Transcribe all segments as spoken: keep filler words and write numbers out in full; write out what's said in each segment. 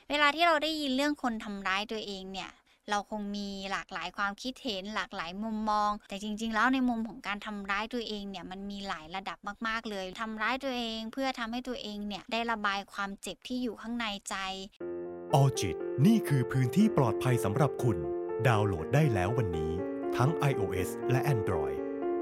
เวลาที่เราได้ยินเรื่องคนทำร้ายตัวเองเนี่ยเราคงมีหลากหลายความคิดเห็นหลากหลายมุมมองแต่จริงๆแล้วในมุมของการทำร้ายตัวเองเนี่ยมันมีหลายระดับมากๆเลยทำร้ายตัวเองเพื่อทำให้ตัวเองเนี่ยได้ระบายความเจ็บที่อยู่ข้างในใจออจิตนี่คือพื้นที่ปลอดภัยสำหรับคุณดาวน์โหลดได้แล้ววันนี้ทั้ง iOS และ Android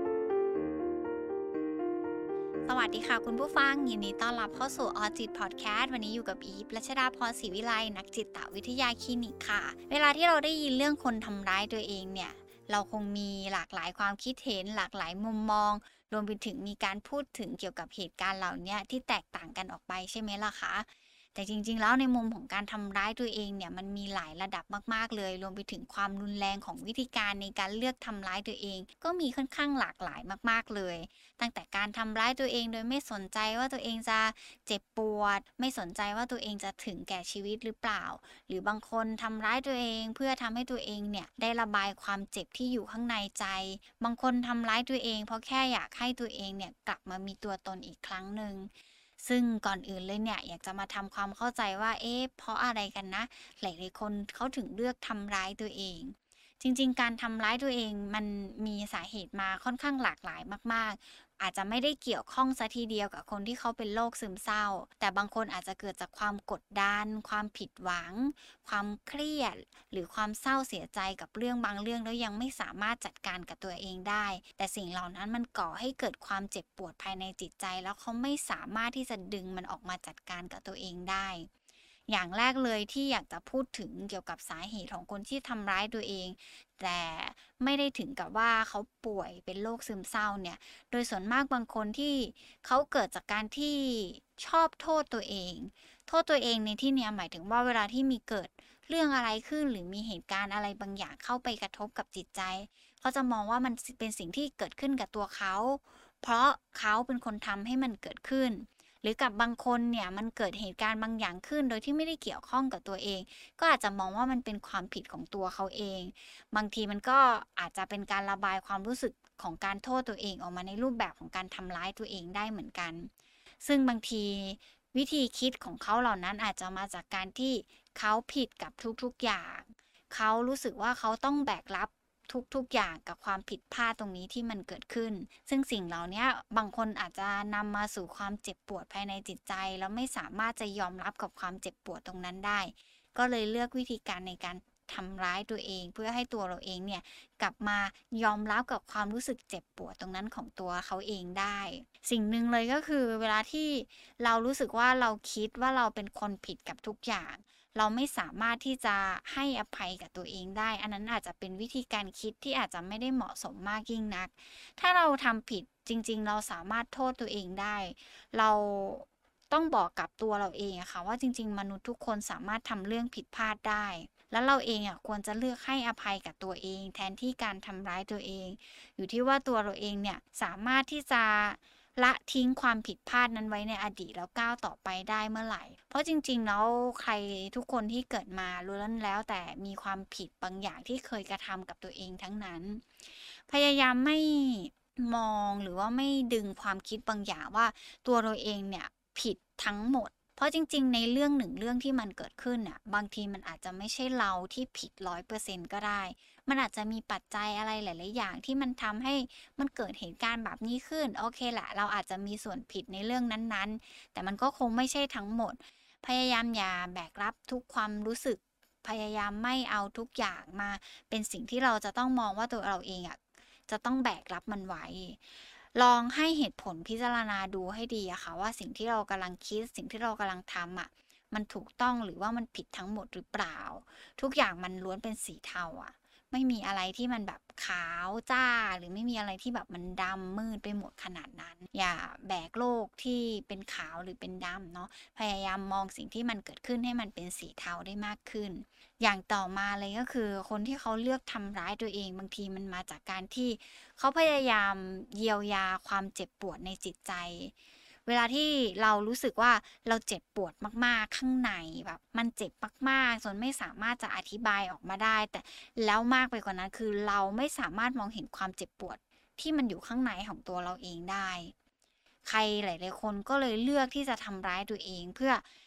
สวัสดีค่ะคุณผู้ฟังยินดีต้อนรับเข้าสู่ออจิตพอดแคสต์วันนี้อยู่กับอีฟรัชดาพรศรีวิไลนักจิตวิทยาคลินิกค่ะเวลาที่เราได้ยินเรื่องคนทำร้ายตัวเองเนี่ยเราคงมีหลากหลายความคิดเห็นหลากหลายมุมมองรวมไปถึงมีการพูดถึงเกี่ยวกับเหตุการณ์เหล่านี้ที่แตกต่างกันออกไปใช่ไหมล่ะคะแต่จริงๆแล้วในมุมของการทำร้ายตัวเองเนี่ยมันมีหลายระดับมากๆเลยรวมไปถึงความรุนแรงของวิธีการในการเลือกทำร้ายตัวเองก็มีค่อนข้างหลากหลายมากๆเลยตั้งแต่การทำร้ายตัวเองโดยไม่สนใจว่าตัวเองจะเจ็บปวดไม่สนใจว่าตัวเองจะถึงแก่ชีวิตหรือเปล่าหรือบางคนทำร้ายตัวเองเพื่อทำให้ตัวเองเนี่ยได้ระบายความเจ็บที่อยู่ข้างในใจบางคนทำร้ายตัวเองเพราะแค่อยากให้ตัวเองเนี่ยกลับมามีตัวตนอีกครั้งหนึ่งซึ่งก่อนอื่นเลยเนี่ยอยากจะมาทำความเข้าใจว่าเอ๊ะเพราะอะไรกันนะหลายๆคนเขาถึงเลือกทำร้ายตัวเองจริงๆการทำร้ายตัวเองมันมีสาเหตุมาค่อนข้างหลากหลายมากๆอาจจะไม่ได้เกี่ยวข้องซะทีเดียวกับคนที่เขาเป็นโรคซึมเศร้าแต่บางคนอาจจะเกิดจากความกดดันความผิดหวังความเครียดหรือความเศร้าเสียใจกับเรื่องบางเรื่องแล้วยังไม่สามารถจัดการกับตัวเองได้แต่สิ่งเหล่านั้นมันก่อให้เกิดความเจ็บปวดภายในจิตใจแล้วเขาไม่สามารถที่จะดึงมันออกมาจัดการกับตัวเองได้อย่างแรกเลยที่อยากจะพูดถึงเกี่ยวกับสาเหตุของคนที่ทำร้ายตัวเองแต่ไม่ได้ถึงกับว่าเขาป่วยเป็นโรคซึมเศร้าเนี่ยโดยส่วนมากบางคนที่เขาเกิดจากการที่ชอบโทษตัวเองโทษตัวเองในที่เนี้ยหมายถึงว่าเวลาที่มีเกิดเรื่องอะไรขึ้นหรือมีเหตุการณ์อะไรบางอย่างเข้าไปกระทบกับจิตใจเขาจะมองว่ามันเป็นสิ่งที่เกิดขึ้นกับตัวเขาเพราะเขาเป็นคนทำให้มันเกิดขึ้นหรือกับบางคนเนี่ยมันเกิดเหตุการณ์บางอย่างขึ้นโดยที่ไม่ได้เกี่ยวข้องกับตัวเองก็อาจจะมองว่ามันเป็นความผิดของตัวเขาเองบางทีมันก็อาจจะเป็นการระบายความรู้สึกของการโทษตัวเองออกมาในรูปแบบของการทำร้ายตัวเองได้เหมือนกันซึ่งบางทีวิธีคิดของเขาเหล่านั้นอาจจะมาจากการที่เขาผิดกับทุกๆอย่างเขารู้สึกว่าเขาต้องแบกรับทุกๆอย่างกับความผิดพลาดตรงนี้ที่มันเกิดขึ้นซึ่งสิ่งเหล่านี้บางคนอาจจะนำมาสู่ความเจ็บปวดภายในจิตใจแล้วไม่สามารถจะยอมรับกับความเจ็บปวดตรงนั้นได้ก็เลยเลือกวิธีการในการทำร้ายตัวเองเพื่อให้ตัวเราเองเนี่ยกลับมายอมรับกับความรู้สึกเจ็บปวดตรงนั้นของตัวเขาเองได้สิ่งหนึ่งเลยก็คือเวลาที่เรารู้สึกว่าเราคิดว่าเราเป็นคนผิดกับทุกอย่างเราไม่สามารถที่จะให้อภัยกับตัวเองได้อันนั้นอาจจะเป็นวิธีการคิดที่อาจจะไม่ได้เหมาะสมมากยิ่งนักถ้าเราทำผิดจริงๆเราสามารถโทษตัวเองได้เราต้องบอกกับตัวเราเองอะค่ะว่าจริงๆมนุษย์ทุกคนสามารถทำเรื่องผิดพลาดได้แล้วเราเองอะควรจะเลือกให้อภัยกับตัวเองแทนที่การทำร้ายตัวเองอยู่ที่ว่าตัวเราเองเนี่ยสามารถที่จะละทิ้งความผิดพลาดนั้นไว้ในอดีตแล้วก้าวต่อไปได้เมื่อไหร่เพราะจริงๆแล้วใครทุกคนที่เกิดมาล้วนแล้วแต่มีความผิดบางอย่างที่เคยกระทำกับตัวเองทั้งนั้นพยายามไม่มองหรือว่าไม่ดึงความคิดบางอย่างว่าตัวเราเองเนี่ยผิดทั้งหมดเพราะจริงๆในเรื่องหนึ่งเรื่องที่มันเกิดขึ้นน่ะบางทีมันอาจจะไม่ใช่เราที่ผิด ร้อยเปอร์เซ็นต์ ก็ได้มันอาจจะมีปัจจัยอะไรหลายๆอย่างที่มันทำให้มันเกิดเหตุการณ์แบบนี้ขึ้นโอเคแหละเราอาจจะมีส่วนผิดในเรื่องนั้นๆแต่มันก็คงไม่ใช่ทั้งหมดพยายามอย่าแบกรับทุกความรู้สึกพยายามไม่เอาทุกอย่างมาเป็นสิ่งที่เราจะต้องมองว่าตัวเราเองอะจะต้องแบกรับมันไว้ลองให้เหตุผลพิจารณาดูให้ดีอะค่ะว่าสิ่งที่เรากำลังคิดสิ่งที่เรากำลังทำอะมันถูกต้องหรือว่ามันผิดทั้งหมดหรือเปล่าทุกอย่างมันล้วนเป็นสีเทาอะไม่มีอะไรที่มันแบบขาวจ้าหรือไม่มีอะไรที่แบบมันดำมืดไปหมดขนาดนั้นอย่าแบกโลกที่เป็นขาวหรือเป็นดำเนาะพยายามมองสิ่งที่มันเกิดขึ้นให้มันเป็นสีเทาได้มากขึ้นอย่างต่อมาเลยก็คือคนที่เขาเลือกทำร้ายตัวเองบางทีมันมาจากการที่เขาพยายามเยียวยาความเจ็บปวดในจิตใจเวลาที่เรารู้สึกว่าเราเจ็บปวดมากๆข้างในแบบมันเจ็บมากๆจนไม่สามารถจะอธิบายออกมาได้แต่แล้วมากไปกว่านั้นคือเราไม่สามารถมองเห็นความเจ็บปวดที่มันอยู่ข้างในของตัวเราเองได้ใครหลายๆคนก็เลยเลือกที่จะทำร้ายตัวเองเพื่อ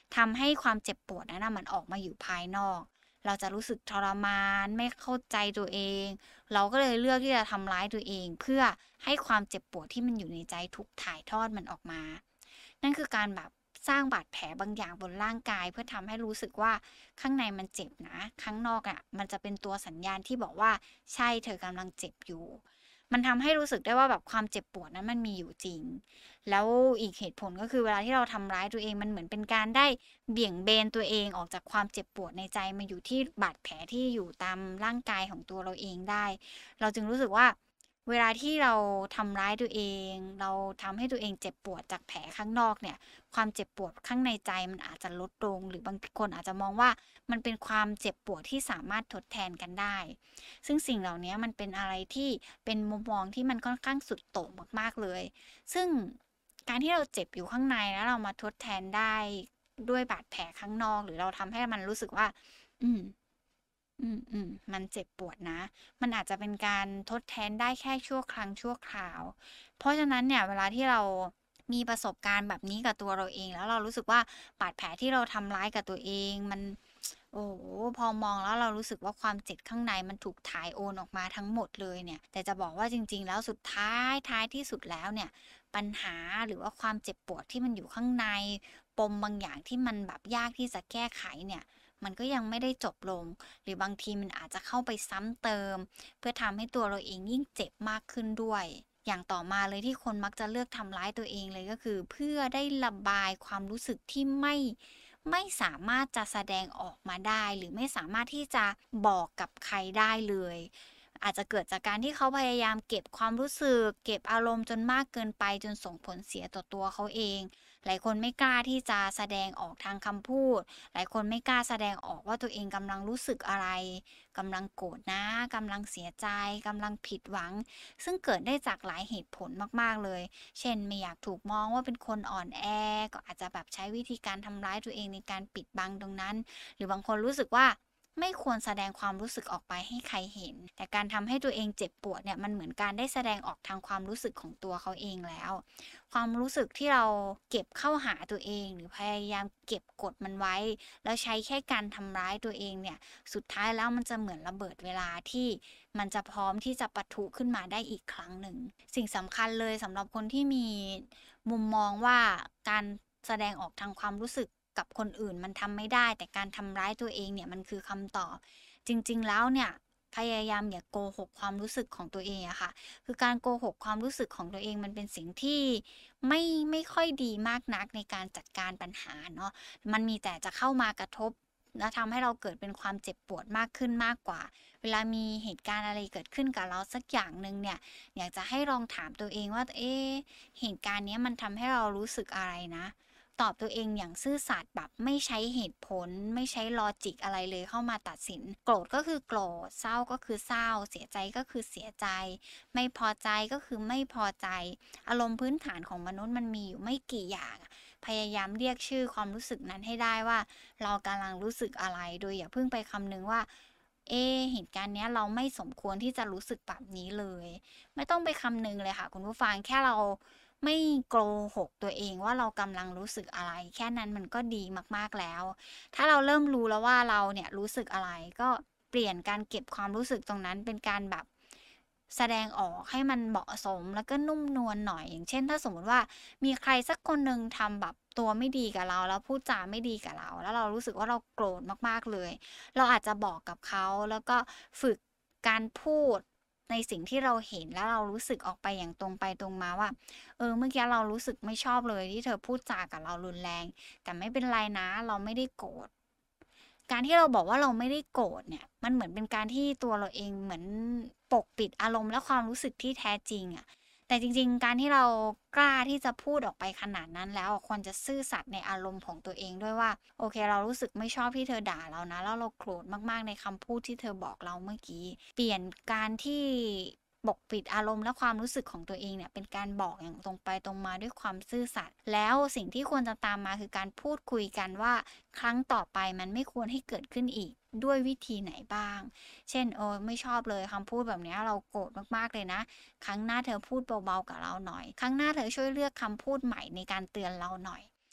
ทำให้ความเจ็บปวดนั้นนะมันออกมาอยู่ภายนอกเราจะรู้สึกทรมานไม่เข้าใจตัวเองเราก็เลยเลือกที่จะทำร้ายตัวเองเพื่อให้ความเจ็บปวดที่มันอยู่ในใจถูกถ่ายทอดมันออกมานั่นคือการแบบสร้างบาดแผลบางอย่างบนร่างกายเพื่อทำให้รู้สึกว่าข้างในมันเจ็บนะข้างนอกอ่ะมันจะเป็นตัวสัญญาณที่บอกว่าใช่เธอกำลังเจ็บอยู่มันทำให้รู้สึกได้ว่าแบบความเจ็บปวดนั้นมันมีอยู่จริงแล้วอีกเหตุผลก็คือเวลาที่เราทำร้ายตัวเองมันเหมือนเป็นการได้เบี่ยงเบนตัวเองออกจากความเจ็บปวดในใจมาอยู่ที่บาดแผลที่อยู่ตามร่างกายของตัวเราเองได้เราจึงรู้สึกว่าเวลาที่เราทำร้ายตัวเองเราทำให้ตัวเองเจ็บปวดจากแผลข้างนอกเนี่ยความเจ็บปวดข้างในใจมันอาจจะลดลงหรือบางคนอาจจะมองว่ามันเป็นความเจ็บปวดที่สามารถทดแทนกันได้ซึ่งสิ่งเหล่านี้มันเป็นอะไรที่เป็นมุมมองที่มันค่อนข้างสุดโต่งมากๆเลยซึ่งการที่เราเจ็บอยู่ข้างในแล้วเรามาทดแทนได้ด้วยบาดแผลข้างนอกหรือเราทำให้มันรู้สึกว่าอืมอืมอืมมันเจ็บปวดนะมันอาจจะเป็นการทดแทนได้แค่ชั่วครั้งชั่วคราวเพราะฉะนั้นเนี่ยเวลาที่เรามีประสบการณ์แบบนี้กับตัวเราเองแล้วเรารู้สึกว่าบาดแผลที่เราทำร้ายกับตัวเองมันโอ้โหพอมองแล้วเรารู้สึกว่าความเจ็บข้างในมันถูกถ่ายโอนออกมาทั้งหมดเลยเนี่ยแต่จะบอกว่าจริงๆแล้วสุดท้ายท้ายที่สุดแล้วเนี่ยปัญหาหรือว่าความเจ็บปวดที่มันอยู่ข้างในปมบางอย่างที่มันแบบยากที่จะแก้ไขเนี่ยมันก็ยังไม่ได้จบลงหรือบางทีมันอาจจะเข้าไปซ้ำเติมเพื่อทำให้ตัวเราเองยิ่งเจ็บมากขึ้นด้วยอย่างต่อมาเลยที่คนมักจะเลือกทำร้ายตัวเองเลยก็คือเพื่อได้ระบายความรู้สึกที่ไม่ไม่สามารถจะแสดงออกมาได้หรือไม่สามารถที่จะบอกกับใครได้เลยอาจจะเกิดจากการที่เขาพยายามเก็บความรู้สึกเก็บอารมณ์จนมากเกินไปจนส่งผลเสียต่อตัวเขาเองหลายคนไม่กล้าที่จะแสดงออกทางคำพูดหลายคนไม่กล้าแสดงออกว่าตัวเองกำลังรู้สึกอะไรกำลังโกรธนะกำลังเสียใจกำลังผิดหวังซึ่งเกิดได้จากหลายเหตุผลมากๆเลยเช่นไม่อยากถูกมองว่าเป็นคนอ่อนแอก็อาจจะแบบใช้วิธีการทำร้ายตัวเองในการปิดบังตรงนั้นหรือบางคนรู้สึกว่าไม่ควรแสดงความรู้สึกออกไปให้ใครเห็นแต่การทำให้ตัวเองเจ็บปวดเนี่ยมันเหมือนการได้แสดงออกทางความรู้สึกของตัวเขาเองแล้วความรู้สึกที่เราเก็บเข้าหาตัวเองหรือพยายามเก็บกดมันไว้แล้วใช้แค่การทำร้ายตัวเองเนี่ยสุดท้ายแล้วมันจะเหมือนระเบิดเวลาที่มันจะพร้อมที่จะปะทุขึ้นมาได้อีกครั้งหนึ่งสิ่งสำคัญเลยสำหรับคนที่มีมุมมองว่าการแสดงออกทางความรู้สึกกับคนอื่นมันทำไม่ได้แต่การทำร้ายตัวเองเนี่ยมันคือคำตอบจริงๆแล้วเนี่ยพยายามอย่าโกหกความรู้สึกของตัวเองอะค่ะคือการโกหกความรู้สึกของตัวเองมันเป็นสิ่งที่ไม่ไม่ค่อยดีมากนักในการจัดการปัญหาเนาะมันมีแต่จะเข้ามากระทบและทำให้เราเกิดเป็นความเจ็บปวดมากขึ้นมากกว่าเวลามีเหตุการณ์อะไรเกิดขึ้นกับเราสักอย่างหนึ่งเนี่ยอยากจะให้ลองถามตัวเองว่าเอ๊ะเหตุการณ์นี้มันทำให้เรารู้สึกอะไรนะตอบตัวเองอย่างซื่อสัตย์แบบไม่ใช้เหตุผลไม่ใช้ลอจิกอะไรเลยเข้ามาตัดสินโกรธก็คือโกรธเศร้าก็คือเศร้าเสียใจก็คือเสียใจไม่พอใจก็คือไม่พอใจอารมณ์พื้นฐานของมนุษย์มันมีอยู่ไม่กี่อย่างพยายามเรียกชื่อความรู้สึกนั้นให้ได้ว่าเรากำลังรู้สึกอะไรโดยอย่าเพิ่งไปคำนึงว่าเอเหตุการณ์เนี้ยเราไม่สมควรที่จะรู้สึกแบบนี้เลยไม่ต้องไปคำนึงเลยค่ะคุณผู้ฟังแค่เราไม่โกหกตัวเองว่าเรากำลังรู้สึกอะไรแค่นั้นมันก็ดีมากๆแล้วถ้าเราเริ่มรู้แล้วว่าเราเนี่ยรู้สึกอะไรก็เปลี่ยนการเก็บความรู้สึกตรงนั้นเป็นการแบบแสดงออกให้มันเหมาะสมแล้วก็นุ่มนวลหน่อยอย่างเช่นถ้าสมมติว่ามีใครสักคนหนึ่งทำแบบตัวไม่ดีกับเราแล้วพูดจาไม่ดีกับเราแล้วเรารู้สึกว่าเราโกรธมากๆเลยเราอาจจะบอกกับเขาแล้วก็ฝึกการพูดในสิ่งที่เราเห็นแล้วเรารู้สึกออกไปอย่างตรงไปตรงมาว่าเออเมื่อกี้เรารู้สึกไม่ชอบเลยที่เธอพูดจากับเรารุนแรงแต่ไม่เป็นไรนะเราไม่ได้โกรธการที่เราบอกว่าเราไม่ได้โกรธเนี่ยมันเหมือนเป็นการที่ตัวเราเองเหมือนปกปิดอารมณ์และความรู้สึกที่แท้จริงอะแต่จริงๆการที่เรากล้าที่จะพูดออกไปขนาดนั้นแล้วควรจะซื่อสัตย์ในอารมณ์ของตัวเองด้วยว่าโอเคเรารู้สึกไม่ชอบที่เธอด่าเรานะแล้วเราโกรธมากๆในคำพูดที่เธอบอกเราเมื่อกี้เปลี่ยนการที่ปกปิดอารมณ์และความรู้สึกของตัวเองเนี่ยเป็นการบอกอย่างตรงไปตรงมาด้วยความซื่อสัตย์แล้วสิ่งที่ควรจะตามมาคือการพูดคุยกันว่าครั้งต่อไปมันไม่ควรให้เกิดขึ้นอีกด้วยวิธีไหนบ้างเช่นเออไม่ชอบเลยคำพูดแบบนี้เราโกรธมากๆเลยนะครั้งหน้าเธอพูดเบาๆกับเราหน่อยครั้งหน้าเธอช่วยเลือกคำพูดใหม่ในการเตือนเราหน่อย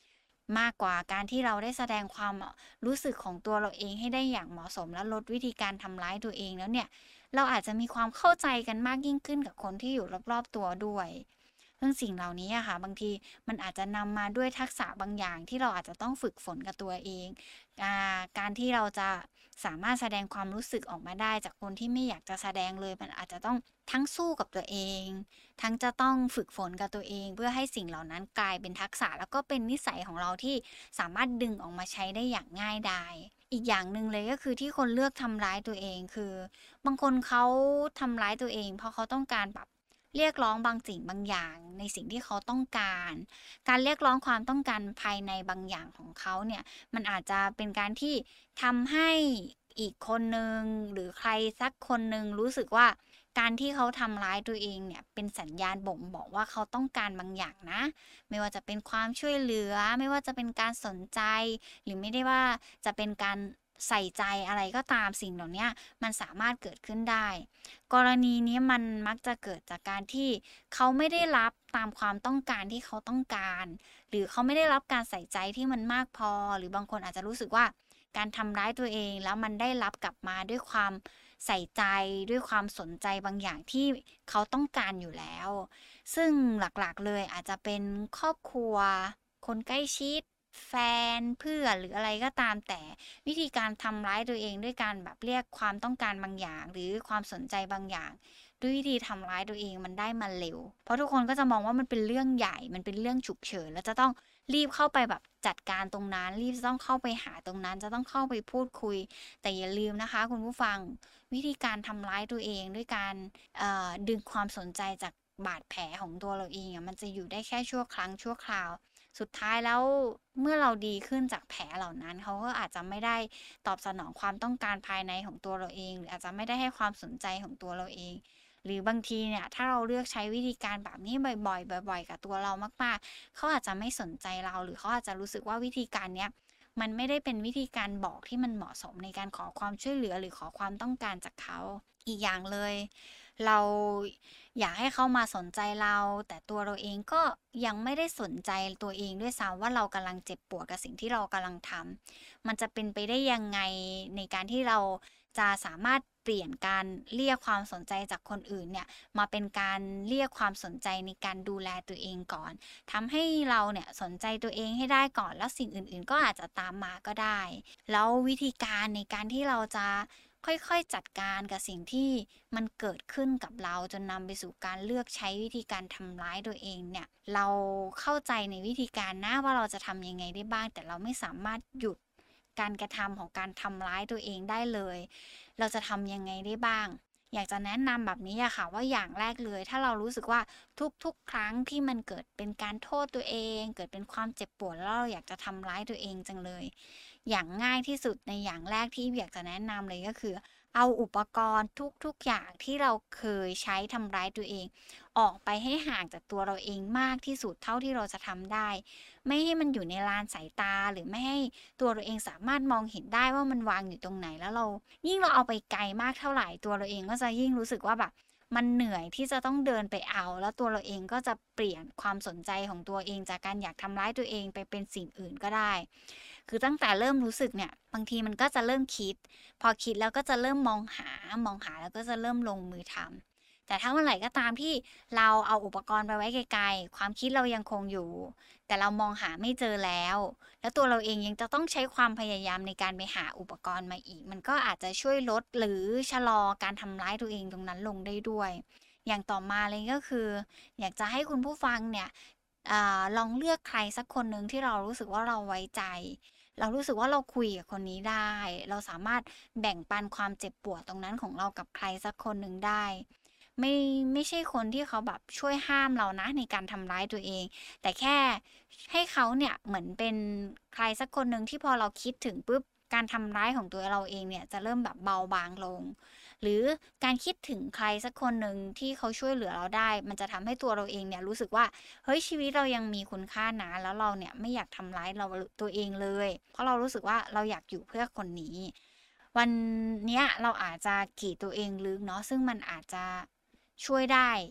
มากกว่าการที่เราได้แสดงความรู้สึกของตัวเราเองให้ได้อย่างเหมาะสมและลดวิธีการทำร้ายตัวเองแล้วเนี่ยเราอาจจะมีความเข้าใจกันมากยิ่งขึ้นกับคนที่อยู่รอบๆตัวด้วยซึ่งสิ่งเหล่านี้อะค่ะบางทีมันอาจจะนำมาด้วยทักษะบางอย่างที่เราอาจจะต้องฝึกฝนกับตัวเองอ่าการที่เราจะสามารถแสดงความรู้สึกออกมาได้จากคนที่ไม่อยากจะแสดงเลยมันอาจจะต้องทั้งสู้กับตัวเองทั้งจะต้องฝึกฝนกับตัวเองเพื่อให้สิ่งเหล่านั้นกลายเป็นทักษะแล้วก็เป็นนิสัยของเราที่สามารถดึงออกมาใช้ได้อย่างง่ายดายอีกอย่างหนึ่งเลยก็คือที่คนเลือกทำร้ายตัวเองคือบางคนเขาทำร้ายตัวเองเพราะเขาต้องการแบบเรียกร้องบางสิ่งบางอย่างในสิ่งที่เขาต้องการการเรียกร้องความต้องการภายในบางอย่างของเขาเนี่ยมันอาจจะเป็นการที่ทำให้อีกคนหนึ่งหรือใครสักคนหนึ่งรู้สึกว่าการที่เขาทำร้ายตัวเองเนี่ยเป็นสัญญาณบ่งบอกว่าเขาต้องการบางอย่างนะไม่ว่าจะเป็นความช่วยเหลือไม่ว่าจะเป็นการสนใจหรือไม่ได้ว่าจะเป็นการใส่ใจอะไรก็ตามสิ่งเหล่านี้มันสามารถเกิดขึ้นได้กรณีนี้มันมักจะเกิดจากการที่เขาไม่ได้รับตามความต้องการที่เขาต้องการหรือเขาไม่ได้รับการใส่ใจที่มันมากพอหรือบางคนอาจจะรู้สึกว่าการทำร้ายตัวเองแล้วมันได้รับกลับมาด้วยความใส่ใจด้วยความสนใจบางอย่างที่เขาต้องการอยู่แล้วซึ่งหลักๆเลยอาจจะเป็นครอบครัวคนใกล้ชิดแฟนเพื่อนหรืออะไรก็ตามแต่วิธีการทำร้ายตัวเองด้วยการแบบเรียกความต้องการบางอย่างหรือความสนใจบางอย่างด้วยวิธีทำร้ายตัวเองมันได้มาเร็วเพราะทุกคนก็จะมองว่ามันเป็นเรื่องใหญ่มันเป็นเรื่องฉุกเฉินแล้วจะต้องรีบเข้าไปแบบจัดการตรงนั้นรีบจะต้องเข้าไปหาตรงนั้นจะต้องเข้าไปพูดคุยแต่อย่าลืมนะคะคุณผู้ฟังวิธีการทำร้ายตัวเองด้วยการดึงความสนใจจากบาดแผลของตัวเราเองอ่ะมันจะอยู่ได้แค่ชั่วครั้งชั่วคราวสุดท้ายแล้วเมื่อเราดีขึ้นจากแผลเหล่านั้นเขาก็อาจจะไม่ได้ตอบสนองความต้องการภายในของตัวเราเองหรืออาจจะไม่ได้ให้ความสนใจของตัวเราเองหรือบางทีเนี่ยถ้าเราเลือกใช้วิธีการแบบนี้บ่อยๆบ่อยๆกับตัวเรามากๆเขาอาจจะไม่สนใจเราหรือเขาอาจจะรู้สึกว่าวิธีการเนี้ยมันไม่ได้เป็นวิธีการบอกที่มันเหมาะสมในการขอความช่วยเหลือหรือขอความต้องการจากเขาอีกอย่างเลยเราอยากให้เขามาสนใจเราแต่ตัวเราเองก็ยังไม่ได้สนใจตัวเองด้วยซ้ำว่าเรากำลังเจ็บปวดกับสิ่งที่เรากำลังทำมันจะเป็นไปได้ยังไงในการที่เราจะสามารถเปลี่ยนการเรียกความสนใจจากคนอื่นเนี่ยมาเป็นการเรียกความสนใจในการดูแลตัวเองก่อนทำให้เราเนี่ยสนใจตัวเองให้ได้ก่อนแล้วสิ่งอื่นๆก็อาจจะตามมาก็ได้แล้ววิธีการในการที่เราจะค่อยๆจัดการกับสิ่งที่มันเกิดขึ้นกับเราจนนำไปสู่การเลือกใช้วิธีการทำร้ายตัวเองเนี่ยเราเข้าใจในวิธีการนะว่าเราจะทำยังไงได้บ้างแต่เราไม่สามารถหยุดการกระทำของการทำร้ายตัวเองได้เลยเราจะทำยังไงได้บ้างอยากจะแนะนำแบบนี้อะค่ะว่าอย่างแรกเลยถ้าเรารู้สึกว่าทุกๆครั้งที่มันเกิดเป็นการโทษตัวเองเกิดเป็นความเจ็บปวดแล้วเราอยากจะทำร้ายตัวเองจังเลยอย่างง่ายที่สุดในอย่างแรกที่อยากจะแนะนำเลยก็คือเอาอุปกรณ์ทุกๆอย่างที่เราเคยใช้ทำร้ายตัวเองออกไปให้ห่างจากตัวเราเองมากที่สุดเท่าที่เราจะทำได้ไม่ให้มันอยู่ในลานสายตาหรือไม่ให้ตัวเราเองสามารถมองเห็นได้ว่ามันวางอยู่ตรงไหนแล้วเรายิ่งเราเอาไปไกลมากเท่าไหร่ตัวเราเองก็จะยิ่งรู้สึกว่าแบบมันเหนื่อยที่จะต้องเดินไปเอาแล้วตัวเราเองก็จะเปลี่ยนความสนใจของตัวเองจากการอยากทำร้ายตัวเองไปเป็นสิ่งอื่นก็ได้คือตั้งแต่เริ่มรู้สึกเนี่ยบางทีมันก็จะเริ่มคิดพอคิดแล้วก็จะเริ่มมองหามองหาแล้วก็จะเริ่มลงมือทำแต่ถ้าเมื่อไหร่ก็ตามที่เราเอาอุปกรณ์ไปไว้ไกลๆความคิดเรายังคงอยู่แต่เรามองหาไม่เจอแล้วแล้วตัวเราเองยังจะต้องใช้ความพยายามในการไปหาอุปกรณ์มาอีกมันก็อาจจะช่วยลดหรือชะลอการทำร้ายตัวเองตรงนั้นลงได้ด้วยอย่างต่อมาเลยก็คืออยากจะให้คุณผู้ฟังเนี่ยอ่าลองเลือกใครสักคนหนึ่งที่เรารู้สึกว่าเราไว้ใจเรารู้สึกว่าเราคุยกับคนนี้ได้เราสามารถแบ่งปันความเจ็บปวดตรงนั้นของเรากับใครสักคนหนึ่งได้ไม่ไม่ใช่คนที่เขาแบบช่วยห้ามเรานะในการทำร้ายตัวเองแต่แค่ให้เขาเนี่ยเหมือนเป็นใครสักคนหนึ่งที่พอเราคิดถึงปุ๊บการทำร้ายของตัวเราเองเนี่ยจะเริ่มแบบเบาบางลงหรือการคิดถึงใครสักคนหนึ่งที่เขาช่วยเหลือเราได้มันจะทำให้ตัวเราเองเนี่ยรู้สึกว่าเฮ้ยชีวิตเรายังมีคุณค่านะแล้วเราเนี่ยไม่อยากทำร้ายเราตัวเองเลยเพราะเรารู้สึกว่าเราอยากอยู่เพื่อคนนี้วันเนี้ยเราอาจจะกรีดตัวเองลึกเนาะซึ่งมันอาจจะช่วยได้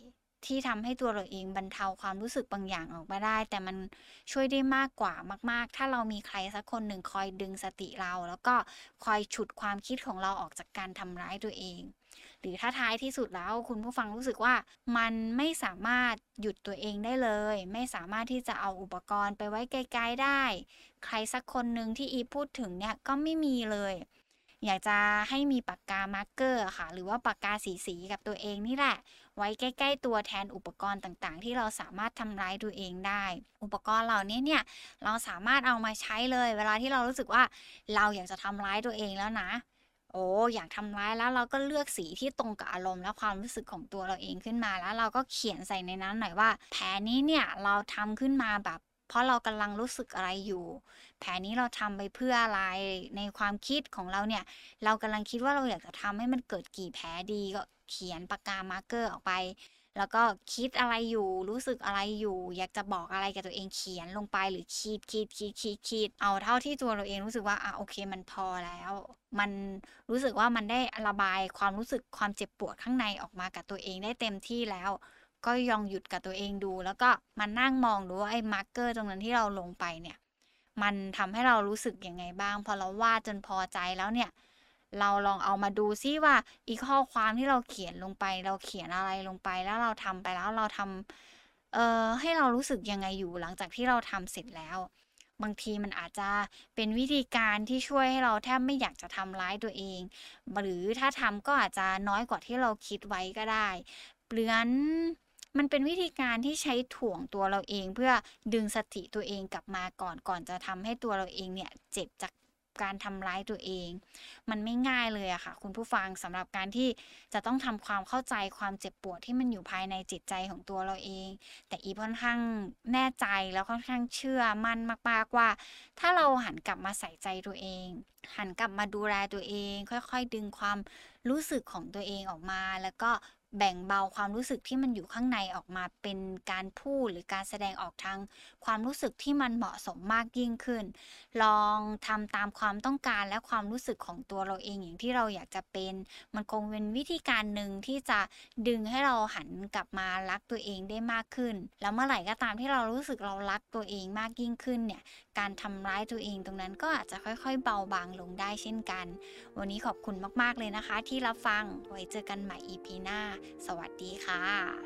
ที่ทำให้ตัวเราเองบรรเทาความรู้สึกบางอย่างออกมาได้แต่มันช่วยได้มากกว่ามากๆถ้าเรามีใครสักคนหนึ่งคอยดึงสติเราแล้วก็คอยฉุดความคิดของเราออกจากการทำร้ายตัวเองหรือถ้าท้ายที่สุดแล้วคุณผู้ฟังรู้สึกว่ามันไม่สามารถหยุดตัวเองได้เลยไม่สามารถที่จะเอาอุปกรณ์ไปไว้ไกลๆได้ใครสักคนหนึ่งที่อีพูดถึงเนี่ยก็ไม่มีเลยอยากจะให้มีปากกามาร์กเกอร์ค่ะหรือว่าปากกาสีๆกับตัวเองนี่แหละไว้ใกล้ๆตัวแทนอุปกรณ์ต่างๆที่เราสามารถทำร้ายตัวเองได้อุปกรณ์เหล่านี้เนี่ยเราสามารถเอามาใช้เลยเวลาที่เรารู้สึกว่าเราอยากจะทำร้ายตัวเองแล้วนะโอ้อยากทำร้ายแล้วเราก็เลือกสีที่ตรงกับอารมณ์และความรู้สึกของตัวเราเองขึ้นมาแล้วเราก็เขียนใส่ในนั้นหน่อยว่าแผนนี้เนี่ยเราทำขึ้นมาแบบเพราะเรากำลังรู้สึกอะไรอยู่แผนนี้เราทำไปเพื่ออะไรในความคิดของเราเนี่ยเรากำลังคิดว่าเราอยากจะทำให้มันเกิดกี่แผลดีก็เขียนปากกามาร์กเกอร์ออกไปแล้วก็คิดอะไรอยู่รู้สึกอะไรอยู่อยากจะบอกอะไรกับตัวเองเขียนลงไปหรือขีดขีดขีดขีดขีดเอาเท่าที่ตัวเราเองรู้สึกว่าอ่ะโอเคมันพอแล้วมันรู้สึกว่ามันได้ระบายความรู้สึกความเจ็บปวดข้างในออกมากับตัวเองได้เต็มที่แล้วก็ลองหยุดกับตัวเองดูแล้วก็มานั่งมองดูว่าไอ้มาร์กเกอร์ตรงนั้นที่เราลงไปเนี่ยมันทำให้เรารู้สึกยังไงบ้างพอเราวาดจนพอใจแล้วเนี่ยเราลองเอามาดูซิว่าอีกข้อความที่เราเขียนลงไปเราเขียนอะไรลงไปแล้วเราทำไปแล้วเราทำเอ่อให้เรารู้สึกยังไงอยู่หลังจากที่เราทำเสร็จแล้วบางทีมันอาจจะเป็นวิธีการที่ช่วยให้เราแทบไม่อยากจะทำร้ายตัวเองหรือถ้าทำก็อาจจะน้อยกว่าที่เราคิดไว้ก็ได้เหมือนมันเป็นวิธีการที่ใช้ถ่วงตัวเราเองเพื่อดึงสติตัวเองกลับมาก่อนก่อนจะทำให้ตัวเราเองเนี่ยเจ็บจากการทำร้ายตัวเองมันไม่ง่ายเลยอะค่ะคุณผู้ฟังสำหรับการที่จะต้องทำความเข้าใจความเจ็บปวดที่มันอยู่ภายในจิตใจของตัวเราเองแต่อีค่อนข้างแน่ใจแล้วค่อนข้างเชื่อมั่นมากๆว่าถ้าเราหันกลับมาใส่ใจตัวเองหันกลับมาดูแลตัวเองค่อยๆดึงความรู้สึกของตัวเองออกมาแล้วก็แบ่งเบาความรู้สึกที่มันอยู่ข้างในออกมาเป็นการพูดหรือการแสดงออกทางความรู้สึกที่มันเหมาะสมมากยิ่งขึ้นลองทำตามความต้องการและความรู้สึกของตัวเราเองอย่างที่เราอยากจะเป็นมันคงเป็นวิธีการหนึ่งที่จะดึงให้เราหันกลับมารักตัวเองได้มากขึ้นแล้วเมื่อไหร่ก็ตามที่เรารู้สึกเรารักตัวเองมากยิ่งขึ้นเนี่ยการทำร้ายตัวเองตรงนั้นก็อาจจะค่อยๆเบาบางลงได้เช่นกันวันนี้ขอบคุณมากๆเลยนะคะที่รับฟังไว้เจอกันใหม่ อี พี หน้าสวัสดีค่ะ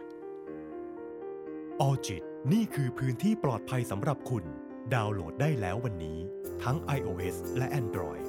ออจิตนี่คือพื้นที่ปลอดภัยสำหรับคุณดาวน์โหลดได้แล้ววันนี้ทั้ง iOS และ Android